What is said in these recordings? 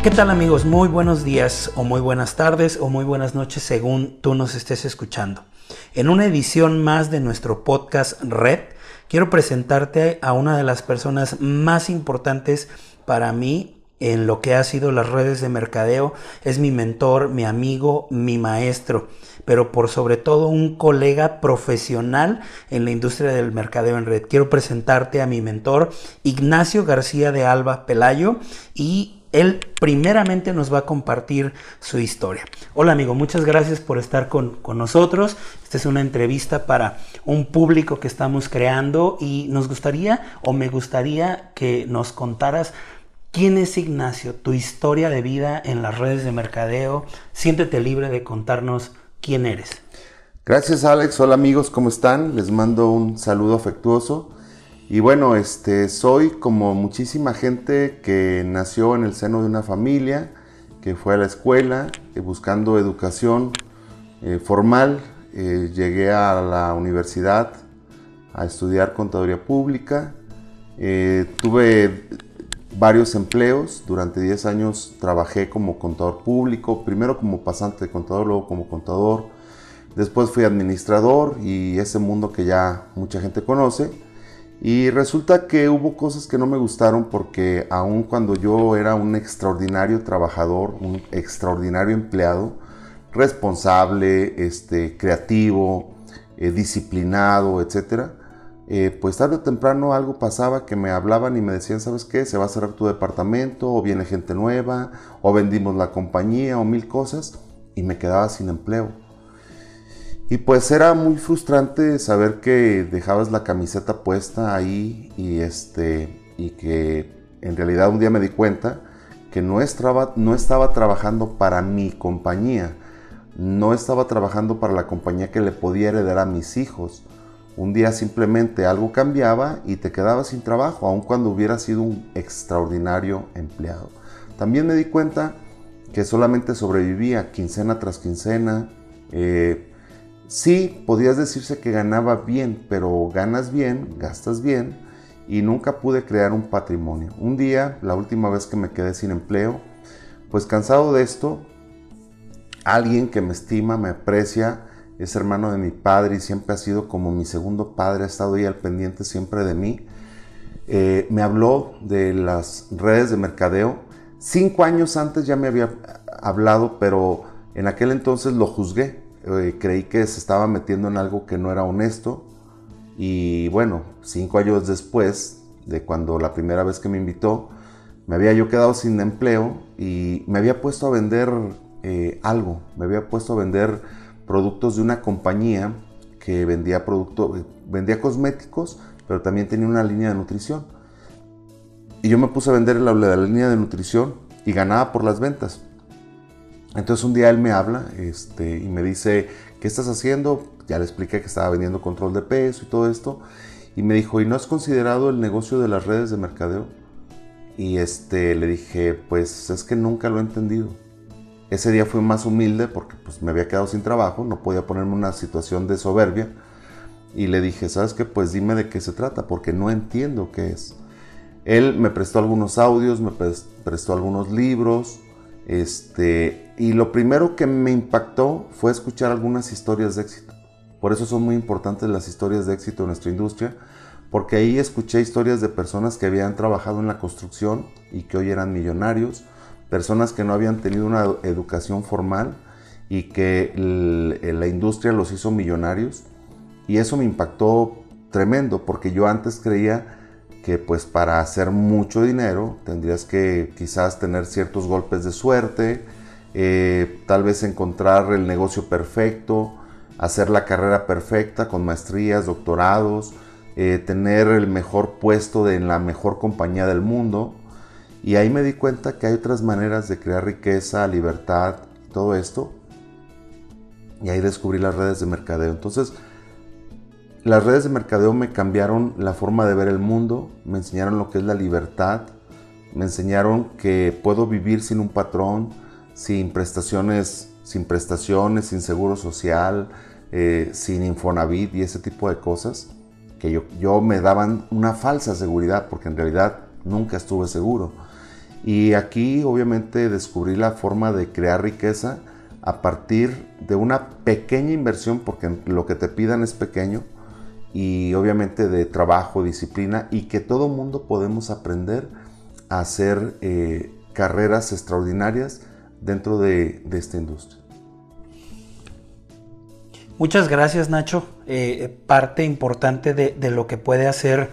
¿Qué tal, amigos? Muy buenos días o muy buenas tardes o muy buenas noches según tú nos estés escuchando. En una edición más de nuestro podcast Red, quiero presentarte a una de las personas más importantes para mí en lo que ha sido las redes de mercadeo. Es mi mentor, mi amigo, mi maestro, pero por sobre todo un colega profesional en la industria del mercadeo en red. Quiero presentarte a mi mentor, Ignacio García de Alba Pelayo, y él primeramente nos va a compartir su historia. Hola, amigo, muchas gracias por estar con nosotros. Esta es una entrevista para un público que estamos creando y me gustaría que nos contaras quién es Ignacio, tu historia de vida en las redes de mercadeo. Siéntete libre de contarnos quién eres. Gracias, Alex. Hola, amigos, ¿cómo están? Les mando un saludo afectuoso. Y bueno, soy como muchísima gente que nació en el seno de una familia, que fue a la escuela buscando educación formal. Llegué a la universidad a estudiar contaduría pública. Tuve varios empleos. Durante 10 años trabajé como contador público, primero como pasante de contador, luego como contador. Después fui administrador y ese mundo que ya mucha gente conoce. Y resulta que hubo cosas que no me gustaron porque aun cuando yo era un extraordinario trabajador, un extraordinario empleado, responsable, creativo, disciplinado, etc., pues tarde o temprano algo pasaba que me hablaban y me decían, ¿sabes qué? Se va a cerrar tu departamento, o viene gente nueva, o vendimos la compañía, o mil cosas, y me quedaba sin empleo. Y pues era muy frustrante saber que dejabas la camiseta puesta ahí y que en realidad un día me di cuenta que no estaba trabajando para mi compañía, no estaba trabajando para la compañía que le podía heredar a mis hijos. Un día simplemente algo cambiaba y te quedabas sin trabajo, aun cuando hubieras sido un extraordinario empleado. También me di cuenta que solamente sobrevivía quincena tras quincena. Sí, podías decirse que ganaba bien, pero ganas bien, gastas bien, y nunca pude crear un patrimonio. Un día, la última vez que me quedé sin empleo, pues cansado de esto, alguien que me estima, me aprecia, es hermano de mi padre y siempre ha sido como mi segundo padre, ha estado ahí al pendiente siempre de mí, me habló de las redes de mercadeo. 5 años antes ya me había hablado, pero en aquel entonces lo juzgué. Creí que se estaba metiendo en algo que no era honesto. Y bueno, 5 años después de cuando la primera vez que me invitó, me había yo quedado sin empleo y me había puesto a vender me había puesto a vender productos de una compañía que vendía cosméticos, pero también tenía una línea de nutrición. Y yo me puse a vender la línea de nutrición y ganaba por las ventas. Entonces un día él me habla y me dice, ¿qué estás haciendo? Ya le expliqué que estaba vendiendo control de peso y todo esto. Y me dijo, ¿y no has considerado el negocio de las redes de mercadeo? Y le dije, pues es que nunca lo he entendido. Ese día fui más humilde porque pues, me había quedado sin trabajo, no podía ponerme en una situación de soberbia. Y le dije, ¿sabes qué? Pues dime de qué se trata, porque no entiendo qué es. Él me prestó algunos audios, me prestó algunos libros. Y lo primero que me impactó fue escuchar algunas historias de éxito. Por eso son muy importantes las historias de éxito en nuestra industria, porque ahí escuché historias de personas que habían trabajado en la construcción y que hoy eran millonarios, personas que no habían tenido una educación formal y que la industria los hizo millonarios. Y eso me impactó tremendo, porque yo antes creía que pues para hacer mucho dinero tendrías que quizás tener ciertos golpes de suerte, tal vez encontrar el negocio perfecto, hacer la carrera perfecta con maestrías, doctorados, tener el mejor puesto en la mejor compañía del mundo. Y ahí me di cuenta que hay otras maneras de crear riqueza, libertad, todo esto. Y ahí descubrí las redes de mercadeo. Entonces, las redes de mercadeo me cambiaron la forma de ver el mundo, me enseñaron lo que es la libertad, me enseñaron que puedo vivir sin un patrón, sin prestaciones, sin seguro social, sin Infonavit y ese tipo de cosas que yo me daban una falsa seguridad, porque en realidad nunca estuve seguro. Y aquí obviamente descubrí la forma de crear riqueza a partir de una pequeña inversión, porque lo que te pidan es pequeño, y obviamente de trabajo, disciplina, y que todo mundo podemos aprender a hacer carreras extraordinarias dentro de esta industria. Muchas gracias, Nacho. Parte importante de lo que puede hacer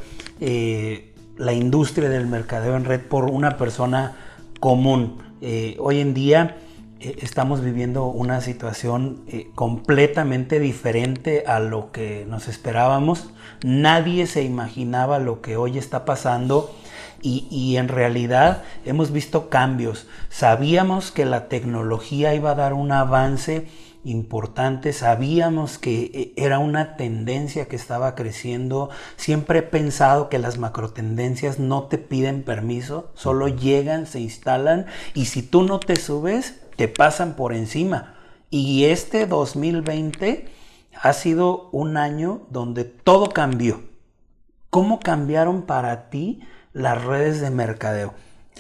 la industria del mercadeo en red por una persona común. Hoy en día estamos viviendo una situación completamente diferente a lo que nos esperábamos. Nadie se imaginaba lo que hoy está pasando y en realidad hemos visto cambios. Sabíamos que la tecnología iba a dar un avance importante, sabíamos que era una tendencia que estaba creciendo. Siempre he pensado que las macrotendencias no te piden permiso, solo llegan, se instalan y si tú no te subes, te pasan por encima. Y este 2020 ha sido un año donde todo cambió. ¿Cómo cambiaron para ti las redes de mercadeo?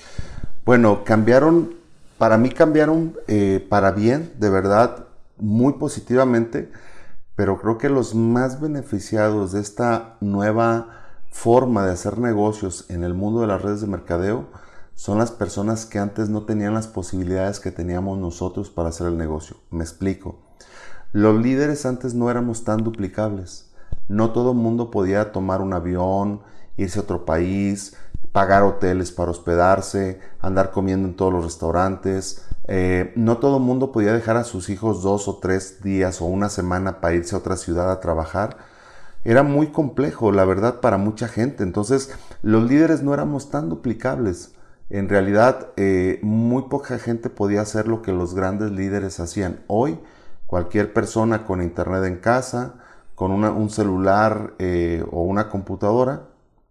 Bueno, para mí cambiaron para bien, de verdad, muy positivamente, pero creo que los más beneficiados de esta nueva forma de hacer negocios en el mundo de las redes de mercadeo son las personas que antes no tenían las posibilidades que teníamos nosotros para hacer el negocio. Me explico. Los líderes antes no éramos tan duplicables. No todo el mundo podía tomar un avión, irse a otro país, pagar hoteles para hospedarse, andar comiendo en todos los restaurantes. No todo el mundo podía dejar a sus hijos 2 o 3 días o una semana para irse a otra ciudad a trabajar. Era muy complejo, la verdad, para mucha gente. Entonces, los líderes no éramos tan duplicables. En realidad, muy poca gente podía hacer lo que los grandes líderes hacían. Hoy, cualquier persona con internet en casa, con un celular o una computadora,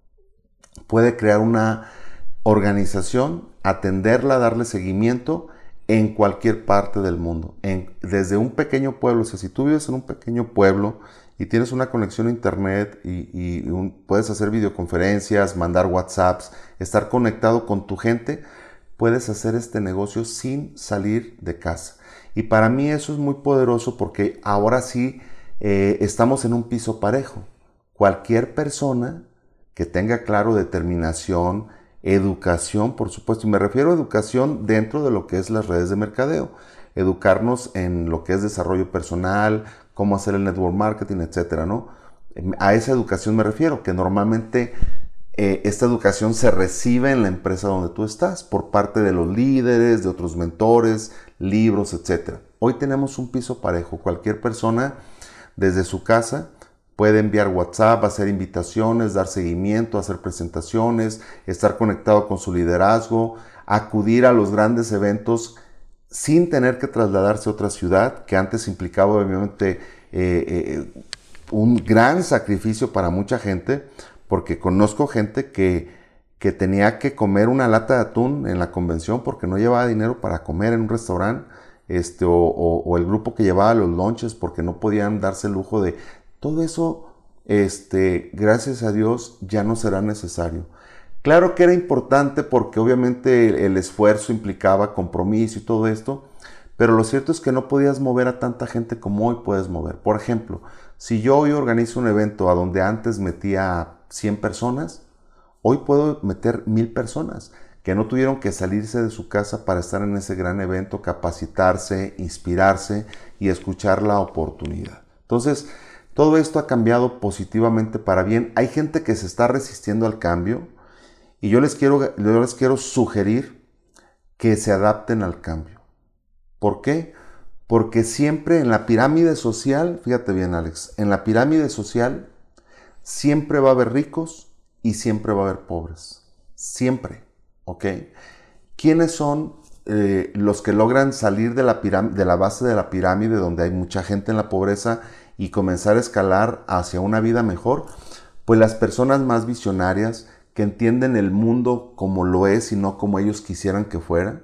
puede crear una organización, atenderla, darle seguimiento en cualquier parte del mundo. Desde un pequeño pueblo, o sea, si tú vives en un pequeño pueblo y tienes una conexión a internet puedes hacer videoconferencias, mandar WhatsApps, estar conectado con tu gente, puedes hacer este negocio sin salir de casa. Y para mí eso es muy poderoso porque ahora sí estamos en un piso parejo. Cualquier persona que tenga claro determinación, educación, por supuesto, y me refiero a educación dentro de lo que es las redes de mercadeo, educarnos en lo que es desarrollo personal, cómo hacer el network marketing, etcétera, ¿no? A esa educación me refiero, que normalmente esta educación se recibe en la empresa donde tú estás, por parte de los líderes, de otros mentores, libros, etcétera. Hoy tenemos un piso parejo, cualquier persona desde su casa puede enviar WhatsApp, hacer invitaciones, dar seguimiento, hacer presentaciones, estar conectado con su liderazgo, acudir a los grandes eventos sin tener que trasladarse a otra ciudad, que antes implicaba obviamente un gran sacrificio para mucha gente, porque conozco gente que tenía que comer una lata de atún en la convención porque no llevaba dinero para comer en un restaurante, o el grupo que llevaba los lunches porque no podían darse el lujo de... Todo eso, gracias a Dios, ya no será necesario. Claro que era importante porque obviamente el esfuerzo implicaba compromiso y todo esto, pero lo cierto es que no podías mover a tanta gente como hoy puedes mover. Por ejemplo, si yo hoy organizo un evento a donde antes metía 100 personas, hoy puedo meter 1000 personas que no tuvieron que salirse de su casa para estar en ese gran evento, capacitarse, inspirarse y escuchar la oportunidad. Entonces, todo esto ha cambiado positivamente para bien. Hay gente que se está resistiendo al cambio y yo les quiero sugerir que se adapten al cambio. ¿Por qué? Porque siempre en la pirámide social, fíjate bien Alex, en la pirámide social siempre va a haber ricos y siempre va a haber pobres. Siempre, ¿ok? ¿Quiénes son los que logran salir de la base de la pirámide donde hay mucha gente en la pobreza y comenzar a escalar hacia una vida mejor? Pues las personas más visionarias que entienden el mundo como lo es y no como ellos quisieran que fuera.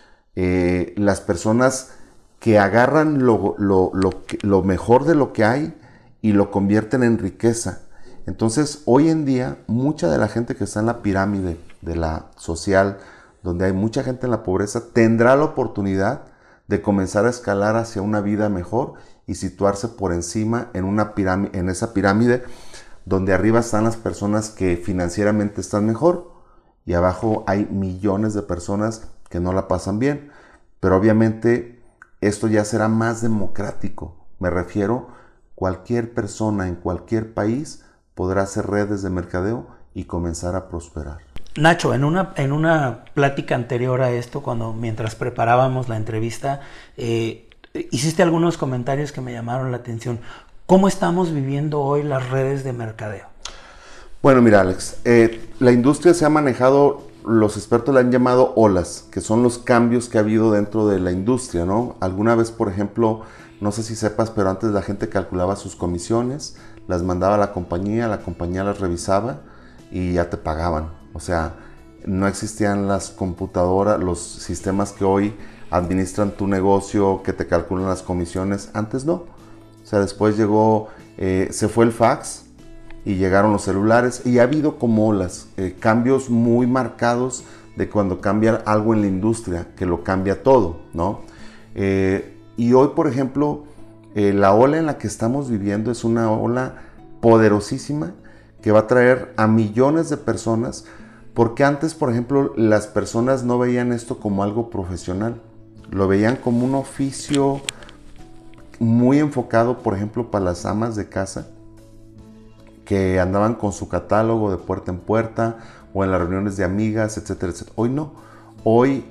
Las personas que agarran lo mejor de lo que hay y lo convierten en riqueza. Entonces, hoy en día, mucha de la gente que está en la pirámide de la social, donde hay mucha gente en la pobreza, tendrá la oportunidad de comenzar a escalar hacia una vida mejor y situarse por encima en esa pirámide donde arriba están las personas que financieramente están mejor y abajo hay millones de personas que no la pasan bien. Pero obviamente esto ya será más democrático. Me refiero, cualquier persona en cualquier país podrá hacer redes de mercadeo y comenzar a prosperar. Nacho, en una plática anterior a esto, mientras preparábamos la entrevista, hiciste algunos comentarios que me llamaron la atención. ¿Cómo estamos viviendo hoy las redes de mercadeo? Bueno, mira, Alex, la industria se ha manejado, los expertos la han llamado olas, que son los cambios que ha habido dentro de la industria, ¿no? Alguna vez, por ejemplo, no sé si sepas, pero antes la gente calculaba sus comisiones, las mandaba a la compañía las revisaba y ya te pagaban. O sea, no existían las computadoras, los sistemas que hoy administran tu negocio, que te calculan las comisiones. Antes no. O sea, después se fue el fax y llegaron los celulares y ha habido como olas, cambios muy marcados de cuando cambia algo en la industria, que lo cambia todo, ¿no? Y hoy, por ejemplo, la ola en la que estamos viviendo es una ola poderosísima que va a traer a millones de personas, porque antes, por ejemplo, las personas no veían esto como algo profesional, lo veían como un oficio muy enfocado, por ejemplo, para las amas de casa, que andaban con su catálogo de puerta en puerta o en las reuniones de amigas, etcétera, etcétera. Hoy no. Hoy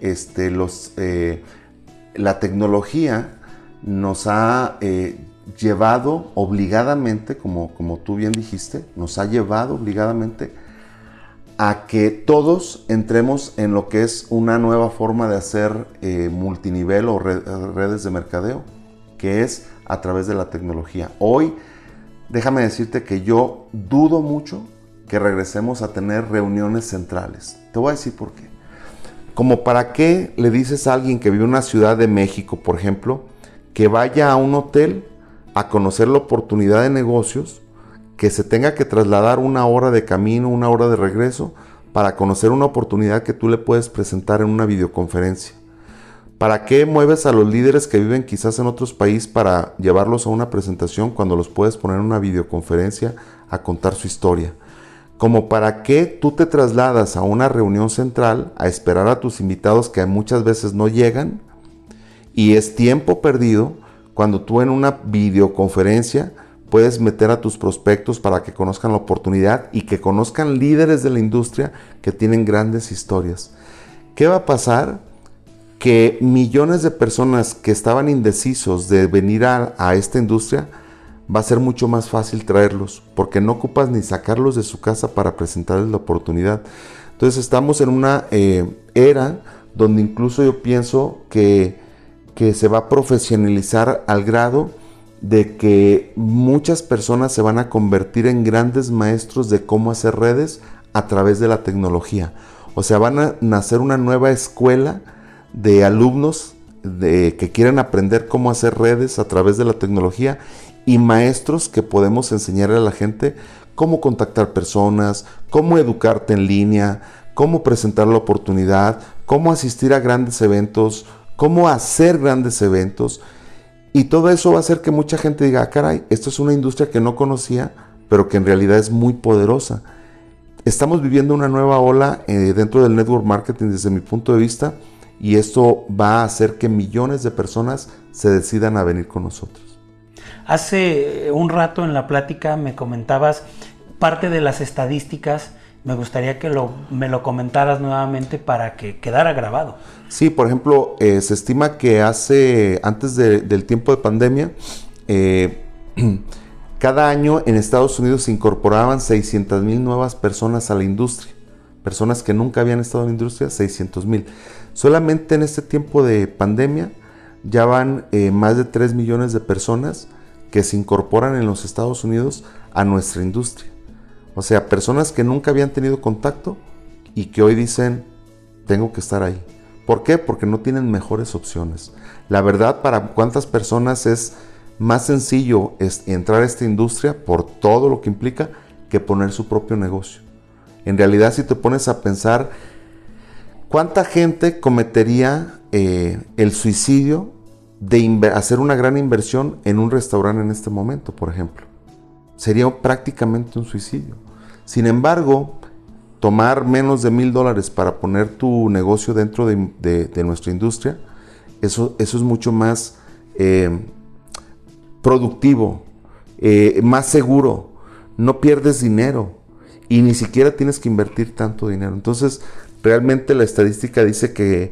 la tecnología nos ha llevado obligadamente, como tú bien dijiste, nos ha llevado obligadamente a que todos entremos en lo que es una nueva forma de hacer multinivel o redes de mercadeo, que es a través de la tecnología. Hoy, déjame decirte que yo dudo mucho que regresemos a tener reuniones centrales. Te voy a decir por qué. Como para qué le dices a alguien que vive en una ciudad de México, por ejemplo, que vaya a un hotel a conocer la oportunidad de negocios, que se tenga que trasladar 1 hora de camino, 1 hora de regreso, para conocer una oportunidad que tú le puedes presentar en una videoconferencia. ¿Para qué mueves a los líderes que viven quizás en otros países para llevarlos a una presentación cuando los puedes poner en una videoconferencia a contar su historia? Como para qué tú te trasladas a una reunión central a esperar a tus invitados que muchas veces no llegan, y es tiempo perdido cuando tú en una videoconferencia puedes meter a tus prospectos para que conozcan la oportunidad y que conozcan líderes de la industria que tienen grandes historias. ¿Qué va a pasar? Que millones de personas que estaban indecisos de venir a esta industria, va a ser mucho más fácil traerlos, porque no ocupas ni sacarlos de su casa para presentarles la oportunidad. Entonces estamos en una era donde incluso yo pienso que se va a profesionalizar al grado de que muchas personas se van a convertir en grandes maestros de cómo hacer redes a través de la tecnología. O sea, van a nacer una nueva escuela de alumnos que quieren aprender cómo hacer redes a través de la tecnología, y maestros que podemos enseñarle a la gente cómo contactar personas, cómo educarte en línea, cómo presentar la oportunidad, cómo asistir a grandes eventos, cómo hacer grandes eventos. Y todo eso va a hacer que mucha gente diga, ah, caray, esto es una industria que no conocía, pero que en realidad es muy poderosa. Estamos viviendo una nueva ola dentro del network marketing desde mi punto de vista, y esto va a hacer que millones de personas se decidan a venir con nosotros. Hace un rato en la plática me comentabas parte de las estadísticas. Me gustaría que me lo comentaras nuevamente para que quedara grabado. Sí, por ejemplo, se estima que antes del tiempo de pandemia, cada año en Estados Unidos se incorporaban 600,000 nuevas personas a la industria. Personas que nunca habían estado en la industria, 600,000. Solamente en este tiempo de pandemia ya van más de 3 millones de personas que se incorporan en los Estados Unidos a nuestra industria. O sea, personas que nunca habían tenido contacto y que hoy dicen, tengo que estar ahí. ¿Por qué? Porque no tienen mejores opciones. La verdad, para cuántas personas es más sencillo entrar a esta industria por todo lo que implica que poner su propio negocio. En realidad, si te pones a pensar, ¿Cuánta gente cometería el suicidio de hacer una gran inversión en un restaurante en este momento, por ejemplo? Sería prácticamente un suicidio. Sin embargo, tomar menos de $1,000 para poner tu negocio dentro de nuestra industria, eso es mucho más productivo, más seguro. No pierdes dinero y ni siquiera tienes que invertir tanto dinero. Entonces, realmente la estadística dice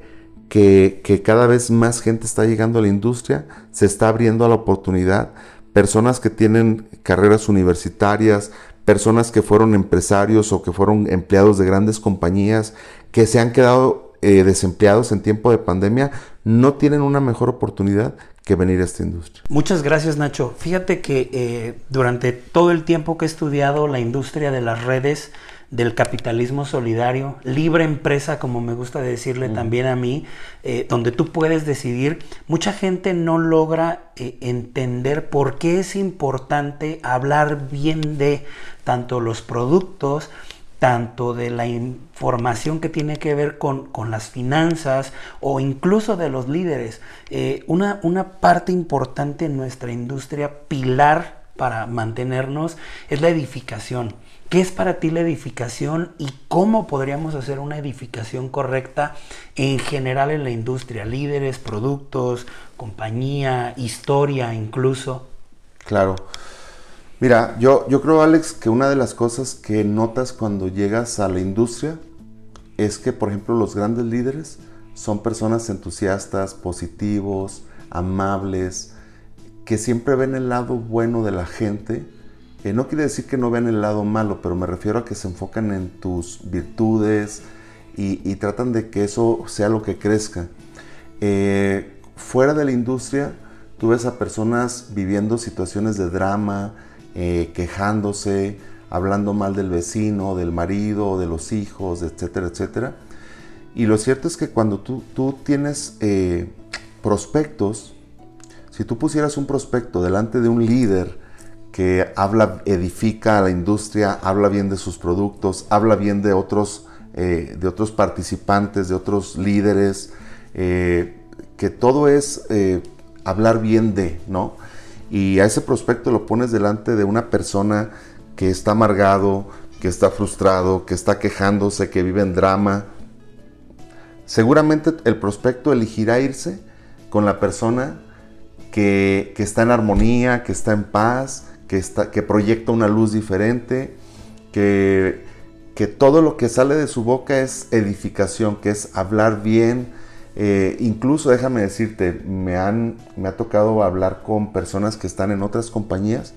que cada vez más gente está llegando a la industria, se está abriendo a la oportunidad. Personas que tienen carreras universitarias, personas que fueron empresarios o que fueron empleados de grandes compañías, que se han quedado desempleados en tiempo de pandemia, no tienen una mejor oportunidad que venir a esta industria. Muchas gracias, Nacho. Fíjate que durante todo el tiempo que he estudiado la industria de las redes, del capitalismo solidario, libre empresa, como me gusta decirle también a mí, donde tú puedes decidir, mucha gente no logra entender por qué es importante hablar bien de tanto los productos, tanto de la información que tiene que ver con las finanzas o incluso de los líderes. Una parte importante en nuestra industria, pilar para mantenernos, es la edificación. ¿Qué es para ti la edificación y cómo podríamos hacer una edificación correcta en general en la industria? Líderes, productos, compañía, historia incluso. Claro. Mira, yo creo, Alex, que una de las cosas que notas cuando llegas a la industria es que, por ejemplo, los grandes líderes son personas entusiastas, positivos, amables, que siempre ven el lado bueno de la gente. No quiere decir que no vean el lado malo, pero me refiero a que se enfocan en tus virtudes y tratan de que eso sea lo que crezca. Fuera de la industria, tú ves a personas viviendo situaciones de drama, quejándose, hablando mal del vecino, del marido, de los hijos, etcétera, etcétera. Y lo cierto es que cuando tú tienes prospectos, si tú pusieras un prospecto delante de un líder que edifica a la industria, habla bien de sus productos, habla bien de otros participantes, de otros líderes, que todo es hablar bien de, ¿no? Y a ese prospecto lo pones delante de una persona que está amargado, que está frustrado, que está quejándose, que vive en drama. Seguramente el prospecto elegirá irse con la persona que está en armonía, que está en paz, que proyecta una luz diferente, que todo lo que sale de su boca es edificación, que es hablar bien. Incluso déjame decirte, me ha tocado hablar con personas que están en otras compañías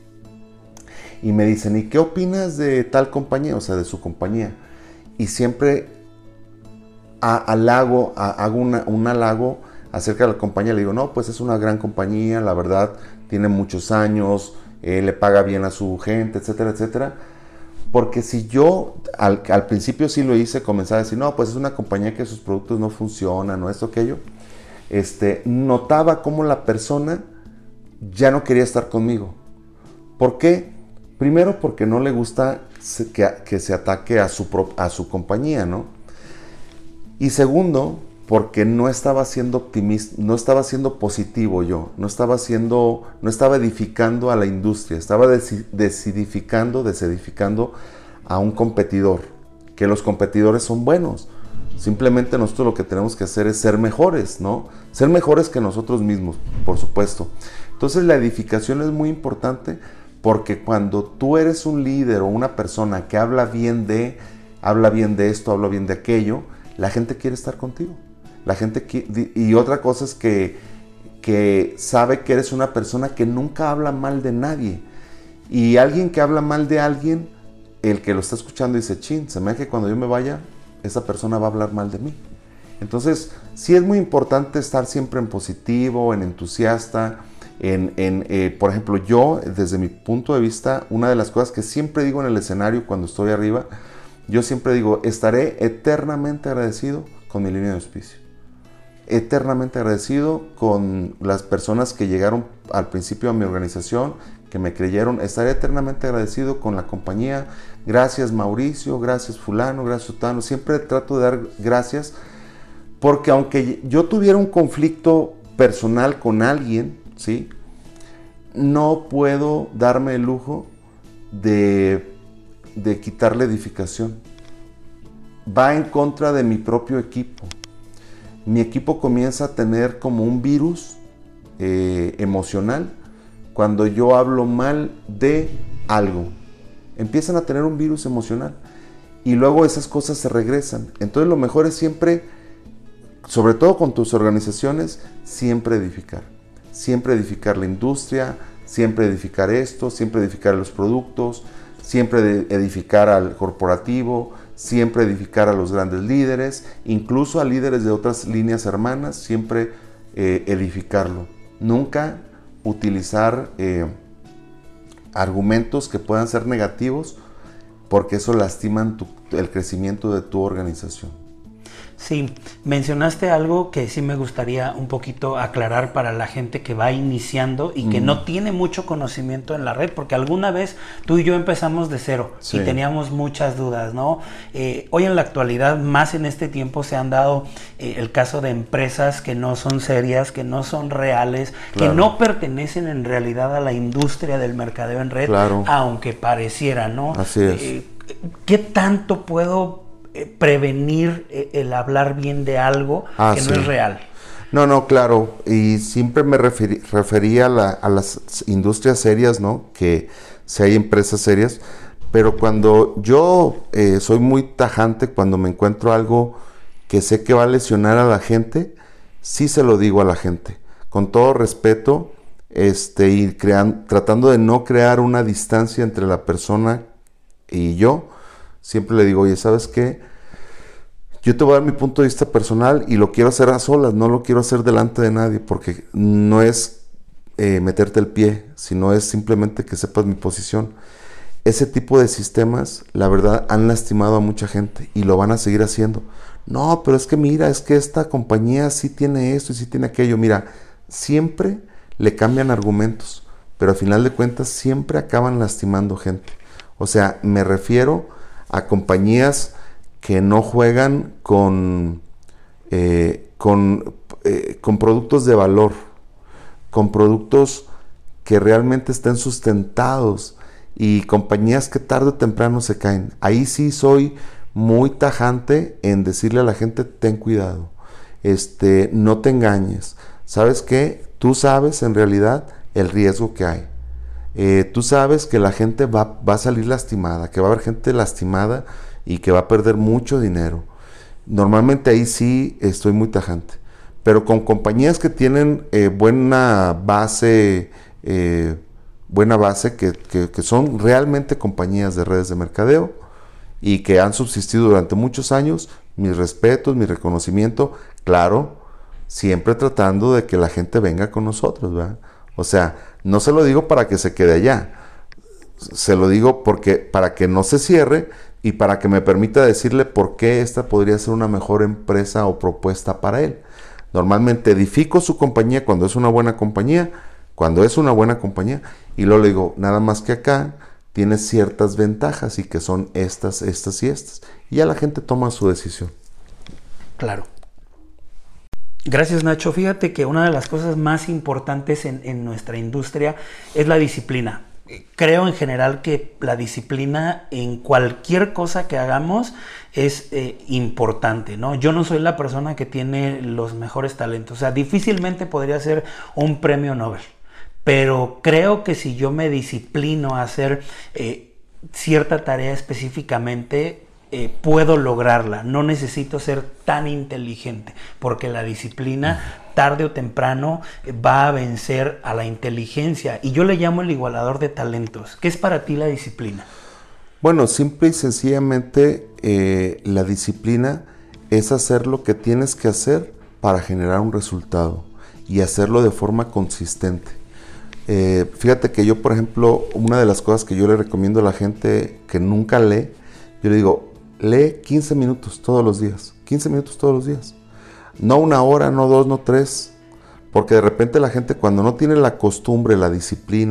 y me dicen, ¿y qué opinas de tal compañía? O sea, de su compañía. Y siempre hago un halago acerca de la compañía. Le digo, no, pues es una gran compañía, la verdad, tiene muchos años, le paga bien a su gente, etcétera, etcétera. Porque si yo al principio sí lo hice, comenzaba a decir, no, pues es una compañía que sus productos no funcionan, o esto, aquello, notaba cómo la persona ya no quería estar conmigo. ¿Por qué? Primero porque no le gusta que se ataque a su compañía, ¿no? Y segundo, porque no estaba siendo optimista, no estaba siendo positivo yo, no estaba edificando a la industria, estaba desedificando a un competidor, que los competidores son buenos. Simplemente nosotros lo que tenemos que hacer es ser mejores, ¿no? Ser mejores que nosotros mismos, por supuesto. Entonces la edificación es muy importante porque cuando tú eres un líder o una persona que habla bien de esto, habla bien de aquello, la gente quiere estar contigo. Y otra cosa es que sabe que eres una persona que nunca habla mal de nadie. Y alguien que habla mal de alguien, el que lo está escuchando dice, chin, se me hace que cuando yo me vaya, esa persona va a hablar mal de mí. Entonces, sí es muy importante estar siempre en positivo, en entusiasta. Por ejemplo, yo, desde mi punto de vista, una de las cosas que siempre digo en el escenario cuando estoy arriba, yo siempre digo, estaré eternamente agradecido con mi línea de auspicio. Eternamente agradecido con las personas que llegaron al principio a mi organización, que me creyeron. Estaré eternamente agradecido con la compañía. Gracias Mauricio, gracias fulano, gracias sutano. Siempre trato de dar gracias, porque aunque yo tuviera un conflicto personal con alguien, ¿sí?, no puedo darme el lujo de quitarle edificación. Va en contra de mi propio equipo. Mi equipo comienza a tener como un virus emocional cuando yo hablo mal de algo. Empiezan a tener un virus emocional y luego esas cosas se regresan. Entonces lo mejor es siempre, sobre todo con tus organizaciones, siempre edificar. Siempre edificar la industria, siempre edificar esto, siempre edificar los productos, siempre edificar al corporativo, siempre edificar a los grandes líderes, incluso a líderes de otras líneas hermanas, siempre edificarlo. Nunca utilizar argumentos que puedan ser negativos, porque eso lastiman el crecimiento de tu organización. Sí, mencionaste algo que sí me gustaría un poquito aclarar para la gente que va iniciando y que no tiene mucho conocimiento en la red, porque alguna vez tú y yo empezamos de cero y teníamos muchas dudas, ¿no? Hoy en la actualidad, más en este tiempo, se han dado el caso de empresas que no son serias, que no son reales, que no pertenecen en realidad a la industria del mercadeo en red, aunque pareciera, ¿no? Así es. ¿Qué tanto puedo prevenir el hablar bien de algo que no es real? No, claro, y siempre me refería a las industrias serias, ¿no? Que si hay empresas serias, pero cuando yo soy muy tajante, cuando me encuentro algo que sé que va a lesionar a la gente, sí se lo digo a la gente, con todo respeto, y tratando de no crear una distancia entre la persona y yo. Siempre le digo, oye, ¿sabes qué? Yo te voy a dar mi punto de vista personal y lo quiero hacer a solas, no lo quiero hacer delante de nadie, porque no es meterte el pie, sino es simplemente que sepas mi posición. Ese tipo de sistemas, la verdad, han lastimado a mucha gente y lo van a seguir haciendo. No, pero es que mira, es que esta compañía sí tiene esto y sí tiene aquello. Mira, siempre le cambian argumentos, pero al final de cuentas siempre acaban lastimando gente. O sea, me refiero a compañías que no juegan con productos de valor, con productos que realmente estén sustentados, y compañías que tarde o temprano se caen. Ahí sí soy muy tajante en decirle a la gente, ten cuidado, no te engañes. ¿Sabes qué? Tú sabes en realidad el riesgo que hay. Tú sabes que la gente va a salir lastimada, que va a haber gente lastimada y que va a perder mucho dinero. Normalmente ahí sí estoy muy tajante, pero con compañías que tienen buena base, que son realmente compañías de redes de mercadeo y que han subsistido durante muchos años, mis respetos, mi reconocimiento, claro, siempre tratando de que la gente venga con nosotros, ¿verdad? O sea, no se lo digo para que se quede allá, se lo digo para que no se cierre y para que me permita decirle por qué esta podría ser una mejor empresa o propuesta para él. Normalmente edifico su compañía cuando es una buena compañía, y luego le digo, nada más que acá tiene ciertas ventajas y que son estas y estas. Y ya la gente toma su decisión. Claro. Gracias, Nacho. Fíjate que una de las cosas más importantes en nuestra industria es la disciplina. Creo en general que la disciplina en cualquier cosa que hagamos es importante, ¿no? Yo no soy la persona que tiene los mejores talentos, o sea, difícilmente podría ser un premio Nobel, pero creo que si yo me disciplino a hacer cierta tarea específicamente, puedo lograrla. No necesito ser tan inteligente, porque la disciplina tarde o temprano va a vencer a la inteligencia, y yo le llamo el igualador de talentos. ¿Qué es para ti la disciplina? Bueno, simple y sencillamente la disciplina es hacer lo que tienes que hacer para generar un resultado y hacerlo de forma consistente. Fíjate que yo, por ejemplo, una de las cosas que yo le recomiendo a la gente que nunca lee, yo le digo, lee 15 minutos todos los días, 15 minutos todos los días. No una hora, no dos, no tres, porque de repente la gente, cuando no tiene la costumbre, la disciplina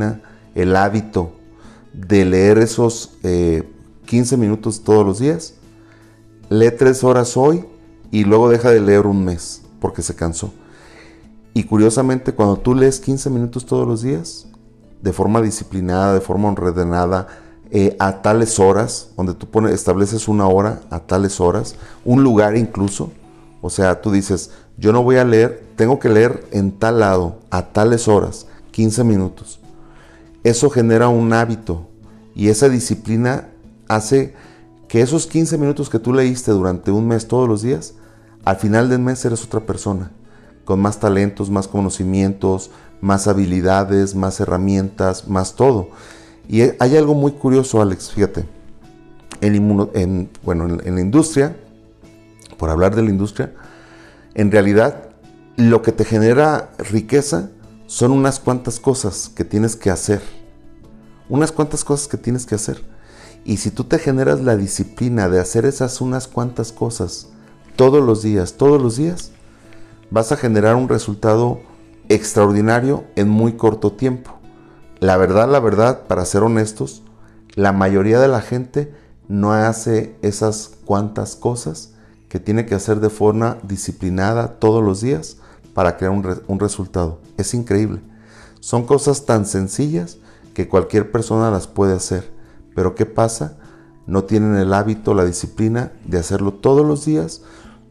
el hábito de leer esos 15 minutos todos los días, lee 3 horas hoy y luego deja de leer un mes porque se cansó. Y curiosamente, cuando tú lees 15 minutos todos los días, de forma disciplinada, de forma ordenada, a tales horas, donde tú estableces una hora, a tales horas, un lugar incluso, o sea, tú dices, yo no voy a leer, tengo que leer en tal lado, a tales horas, 15 minutos. Eso genera un hábito y esa disciplina hace que esos 15 minutos que tú leíste durante un mes todos los días, al final del mes eres otra persona, con más talentos, más conocimientos, más habilidades, más herramientas, más todo. Y hay algo muy curioso, Alex, fíjate, en la industria, por hablar de la industria, en realidad lo que te genera riqueza son unas cuantas cosas que tienes que hacer. Unas cuantas cosas que tienes que hacer. Y si tú te generas la disciplina de hacer esas unas cuantas cosas todos los días, vas a generar un resultado extraordinario en muy corto tiempo. La verdad, para ser honestos, la mayoría de la gente no hace esas cuantas cosas que tiene que hacer de forma disciplinada todos los días para crear un resultado. Es increíble. Son cosas tan sencillas que cualquier persona las puede hacer. Pero ¿qué pasa? No tienen el hábito, la disciplina de hacerlo todos los días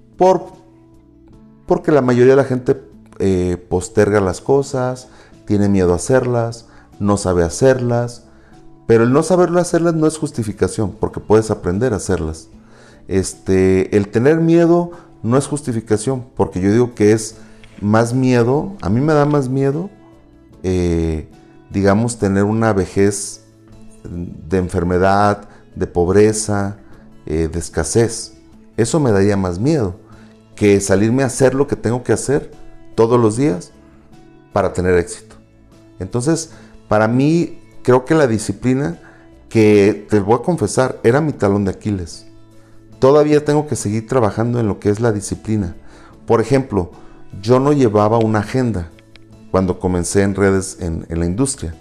porque la mayoría de la gente posterga las cosas, tiene miedo a hacerlas, no sabe hacerlas. Pero el no saberlo hacerlas no es justificación, porque puedes aprender a hacerlas. El tener miedo no es justificación, porque yo digo que es más miedo, a mí me da más miedo, digamos, tener una vejez de enfermedad, de pobreza, de escasez. Eso me daría más miedo que salirme a hacer lo que tengo que hacer todos los días para tener éxito. Entonces, para mí, creo que la disciplina, que te voy a confesar, era mi talón de Aquiles. Todavía tengo que seguir trabajando en lo que es la disciplina. Por ejemplo, yo no llevaba una agenda cuando comencé en redes en la industria.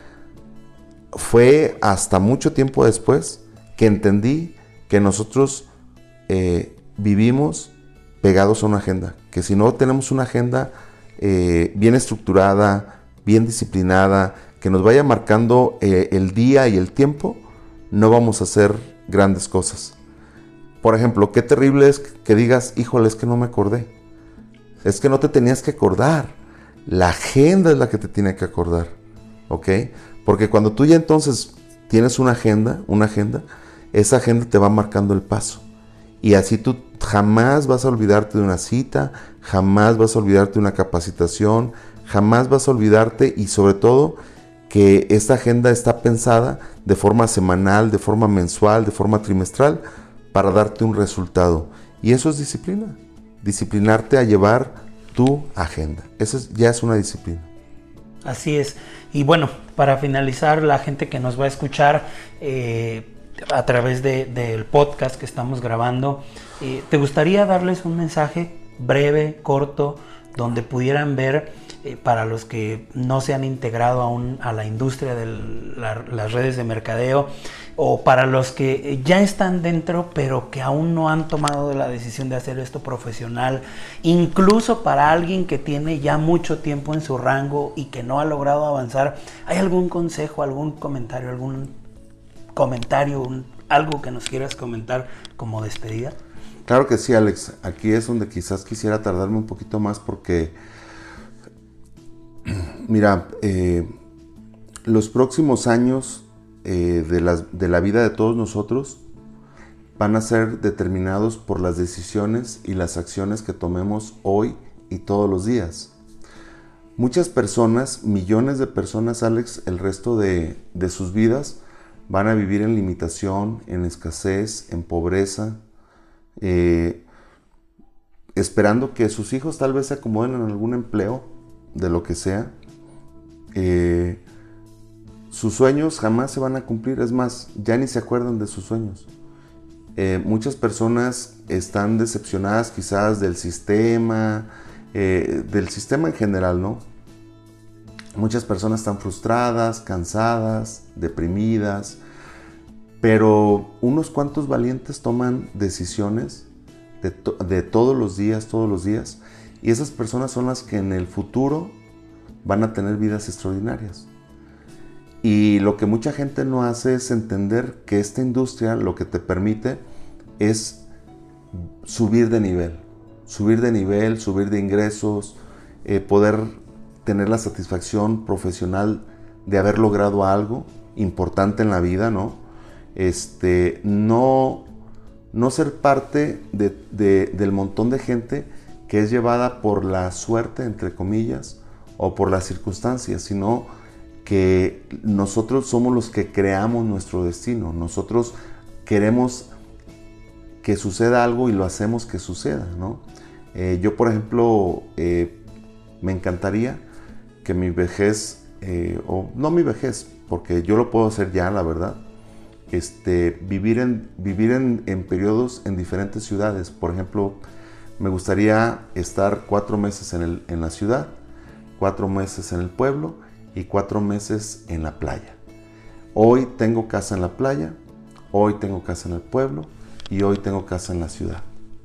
Fue hasta mucho tiempo después que entendí que nosotros vivimos pegados a una agenda. Que si no tenemos una agenda bien estructurada, bien disciplinada, que nos vaya marcando el día y el tiempo, no vamos a hacer grandes cosas. Por ejemplo, qué terrible es que digas, híjole, es que no me acordé. Es que no te tenías que acordar. La agenda es la que te tiene que acordar. ¿Ok? Porque cuando tú ya entonces tienes una agenda, esa agenda te va marcando el paso. Y así tú jamás vas a olvidarte de una cita, jamás vas a olvidarte de una capacitación, jamás vas a olvidarte, y sobre todo que esta agenda está pensada de forma semanal, de forma mensual, de forma trimestral, para darte un resultado. Y eso es disciplina. Disciplinarte a llevar tu agenda. Eso ya es una disciplina. Así es. Y bueno, para finalizar, la gente que nos va a escuchar a través del podcast que estamos grabando, ¿te gustaría darles un mensaje breve, corto, donde pudieran ver, para los que no se han integrado aún a la industria de las redes de mercadeo, o para los que ya están dentro pero que aún no han tomado la decisión de hacer esto profesional, incluso para alguien que tiene ya mucho tiempo en su rango y que no ha logrado avanzar? ¿Hay algún consejo, algún comentario, algo que nos quieras comentar como despedida? Claro que sí, Alex. Aquí es donde quizás quisiera tardarme un poquito más porque, mira, los próximos años de la vida de todos nosotros van a ser determinados por las decisiones y las acciones que tomemos hoy y todos los días. Muchas personas, millones de personas, Alex, el resto de sus vidas van a vivir en limitación, en escasez, en pobreza, esperando que sus hijos tal vez se acomoden en algún empleo, de lo que sea. Sus sueños jamás se van a cumplir, es más, ya ni se acuerdan de sus sueños. Muchas personas están decepcionadas quizás del sistema en general, ¿no? Muchas personas están frustradas, cansadas, deprimidas, pero unos cuantos valientes toman decisiones de todos los días, y esas personas son las que en el futuro van a tener vidas extraordinarias. Y lo que mucha gente no hace es entender que esta industria lo que te permite es subir de nivel, subir de ingresos, poder tener la satisfacción profesional de haber logrado algo importante en la vida, ¿no? No ser parte del montón de gente que es llevada por la suerte, entre comillas, o por las circunstancias, sino que nosotros somos los que creamos nuestro destino. Nosotros queremos que suceda algo y lo hacemos que suceda, ¿no? Yo, por ejemplo, me encantaría que mi vejez, o no mi vejez, porque yo lo puedo hacer ya, la verdad, vivir en periodos en diferentes ciudades. Por ejemplo, me gustaría estar 4 meses en la ciudad, 4 meses en el pueblo y 4 meses en la playa. Hoy tengo casa en la playa, hoy tengo casa en el pueblo y hoy tengo casa en la ciudad.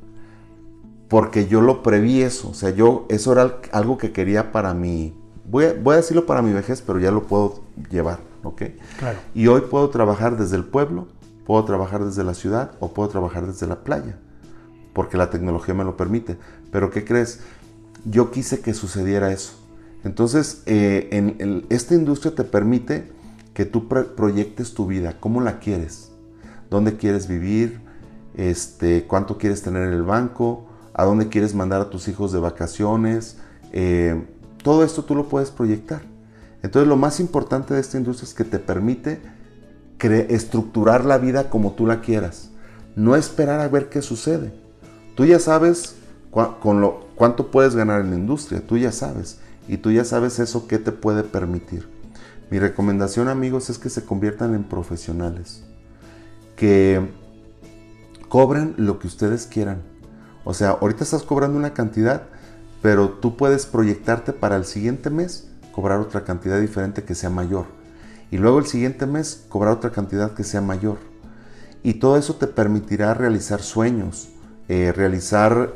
Porque yo lo preví eso, o sea, eso era algo que quería para mi, voy a decirlo para mi vejez, pero ya lo puedo llevar, ¿ok? Claro. Y hoy puedo trabajar desde el pueblo, puedo trabajar desde la ciudad o puedo trabajar desde la playa, porque la tecnología me lo permite. Pero ¿qué crees? Yo quise que sucediera eso. Entonces, esta industria te permite que tú proyectes tu vida, cómo la quieres, dónde quieres vivir, cuánto quieres tener en el banco, a dónde quieres mandar a tus hijos de vacaciones. Todo esto tú lo puedes proyectar. Entonces, lo más importante de esta industria es que te permite estructurar la vida como tú la quieras, no esperar a ver qué sucede. Tú ya sabes cuánto puedes ganar en la industria, tú ya sabes. Y tú ya sabes eso que te puede permitir. Mi recomendación, amigos, es que se conviertan en profesionales. Que cobren lo que ustedes quieran. O sea, ahorita estás cobrando una cantidad, pero tú puedes proyectarte para el siguiente mes, cobrar otra cantidad diferente que sea mayor. Y luego el siguiente mes, cobrar otra cantidad que sea mayor. Y todo eso te permitirá realizar sueños, realizar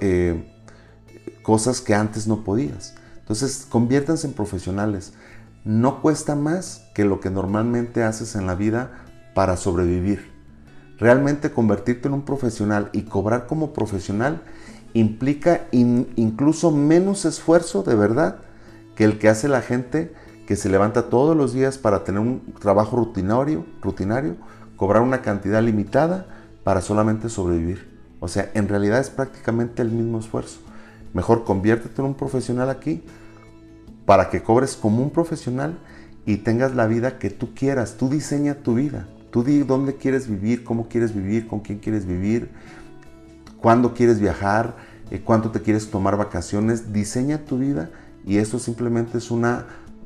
cosas que antes no podías. Entonces, conviértanse en profesionales. No cuesta más que lo que normalmente haces en la vida para sobrevivir. Realmente convertirte en un profesional y cobrar como profesional implica incluso menos esfuerzo, de verdad, que el que hace la gente que se levanta todos los días para tener un trabajo rutinario, cobrar una cantidad limitada para solamente sobrevivir. O sea, en realidad es prácticamente el mismo esfuerzo. Mejor conviértete en un profesional aquí para que cobres como un profesional y tengas la vida que tú quieras. Tú diseña tu vida. Tú di dónde quieres vivir, cómo quieres vivir, con quién quieres vivir, cuándo quieres viajar, cuánto te quieres tomar vacaciones. Diseña tu vida y eso simplemente es un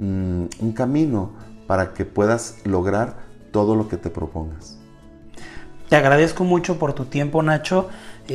camino para que puedas lograr todo lo que te propongas. Te agradezco mucho por tu tiempo, Nacho.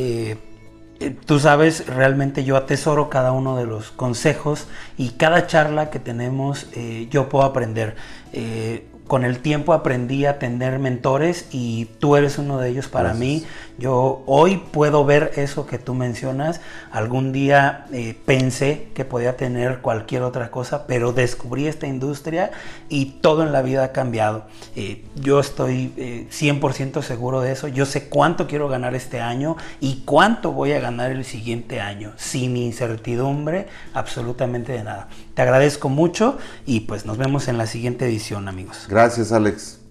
Tú sabes, realmente yo atesoro cada uno de los consejos y cada charla que tenemos yo puedo aprender. Con el tiempo aprendí a tener mentores y tú eres uno de ellos para mí. Yo hoy puedo ver eso que tú mencionas. Algún día pensé que podía tener cualquier otra cosa, pero descubrí esta industria y todo en la vida ha cambiado. Yo estoy 100% seguro de eso. Yo sé cuánto quiero ganar este año y cuánto voy a ganar el siguiente año, sin incertidumbre absolutamente de nada. Te agradezco mucho y pues nos vemos en la siguiente edición, amigos. Gracias, Alex.